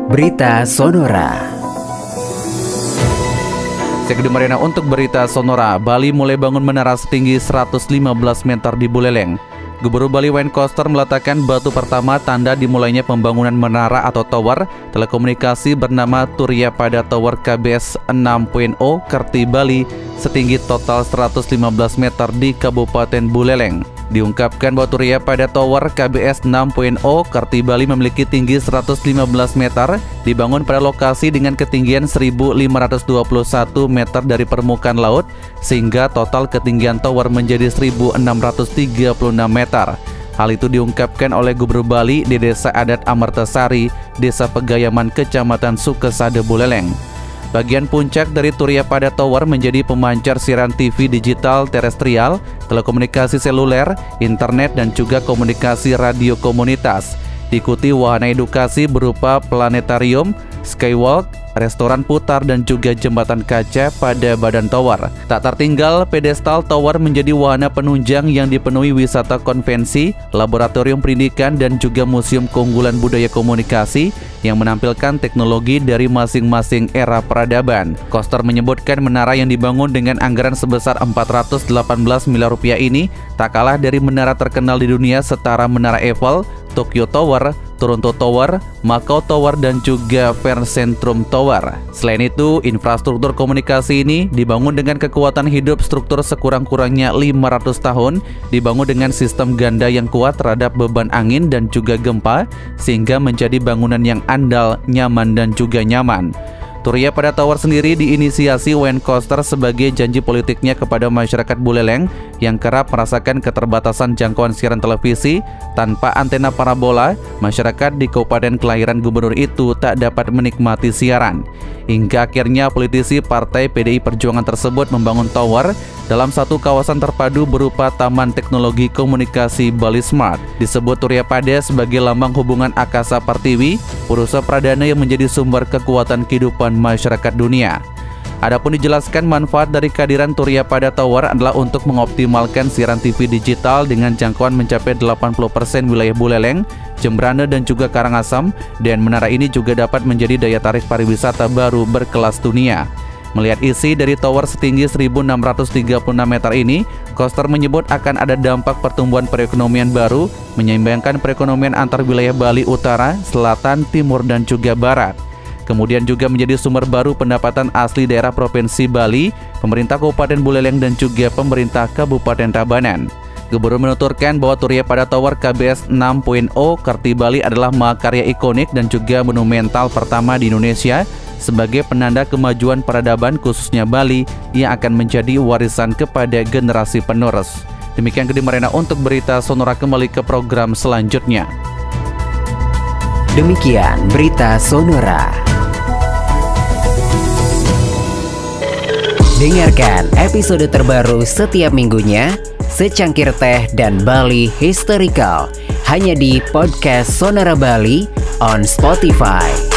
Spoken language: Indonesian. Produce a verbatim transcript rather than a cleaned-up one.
Berita Sonora. Saya Gede Mariana untuk Berita Sonora. Bali mulai bangun menara setinggi seratus lima belas meter di Buleleng. Gubernur Bali Wayne Koster meletakkan batu pertama tanda dimulainya pembangunan menara atau tower telekomunikasi bernama Turiya Pada Tower K B S enam titik nol Kerti Bali setinggi total seratus lima belas meter di Kabupaten Buleleng. Diungkapkan bahwa Turiya Pada Tower K B S enam titik nol Kerti Bali memiliki tinggi seratus lima belas meter, dibangun pada lokasi dengan ketinggian seribu lima ratus dua puluh satu meter dari permukaan laut, sehingga total ketinggian tower menjadi seribu enam ratus tiga puluh enam meter. Hal itu diungkapkan oleh Gubernur Bali di Desa Adat Amartasari, Desa Pegayaman, Kecamatan Sukesade, Buleleng. Bagian puncak dari Turiya Pada Tower menjadi pemancar siaran T V digital terestrial, telekomunikasi seluler, internet, dan juga komunikasi radio komunitas. Diikuti wahana edukasi berupa planetarium, skywalk, restoran putar, dan juga jembatan kaca pada badan tower. Tak tertinggal, pedestal tower menjadi wahana penunjang yang dipenuhi wisata konvensi, laboratorium pendidikan, dan juga museum keunggulan budaya komunikasi yang menampilkan teknologi dari masing-masing era peradaban. Koster menyebutkan menara yang dibangun dengan anggaran sebesar empat ratus delapan belas miliar rupiah ini tak kalah dari menara terkenal di dunia setara Menara Eiffel, Tokyo Tower, Toronto Tower, Macau Tower, dan juga Fernsentrum Tower. Selain itu, infrastruktur komunikasi ini dibangun dengan kekuatan hidup struktur sekurang-kurangnya lima ratus tahun, dibangun dengan sistem ganda yang kuat terhadap beban angin dan juga gempa, sehingga menjadi bangunan yang andal, nyaman, dan juga nyaman. Turiya Pada Tower sendiri diinisiasi Wayne Koster sebagai janji politiknya kepada masyarakat Buleleng yang kerap merasakan keterbatasan jangkauan siaran televisi. Tanpa antena parabola, masyarakat di kabupaten kelahiran gubernur itu tak dapat menikmati siaran. Hingga akhirnya politisi Partai P D I Perjuangan tersebut membangun tower dalam satu kawasan terpadu berupa Taman Teknologi Komunikasi Bali Smart. Disebut Turiya Pada sebagai lambang hubungan akasa Pertiwi, Purusa Pradana yang menjadi sumber kekuatan kehidupan masyarakat dunia. Adapun dijelaskan manfaat dari kehadiran Turiya Pada Tower adalah untuk mengoptimalkan siaran T V digital dengan jangkauan mencapai delapan puluh persen wilayah Buleleng, Jembrana, dan juga Karangasem, dan menara ini juga dapat menjadi daya tarik pariwisata baru berkelas dunia. Melihat isi dari tower setinggi seribu enam ratus tiga puluh enam meter ini, Koster menyebut akan ada dampak pertumbuhan perekonomian baru, menyeimbangkan perekonomian antar wilayah Bali Utara, Selatan, Timur, dan juga Barat. Kemudian juga menjadi sumber baru pendapatan asli daerah Provinsi Bali, pemerintah Kabupaten Buleleng, dan juga pemerintah Kabupaten Tabanan. Gubernur menuturkan bahwa Turiya Pada Tower K B S enam titik nol Kerti Bali adalah mahakarya ikonik dan juga monumental pertama di Indonesia sebagai penanda kemajuan peradaban khususnya Bali yang akan menjadi warisan kepada generasi penerus. Demikian Gede Mariana untuk Berita Sonora, kembali ke program selanjutnya. Demikian Berita Sonora. Dengarkan episode terbaru setiap minggunya, Secangkir Teh dan Bali Historical, hanya di podcast Sonora Bali on Spotify.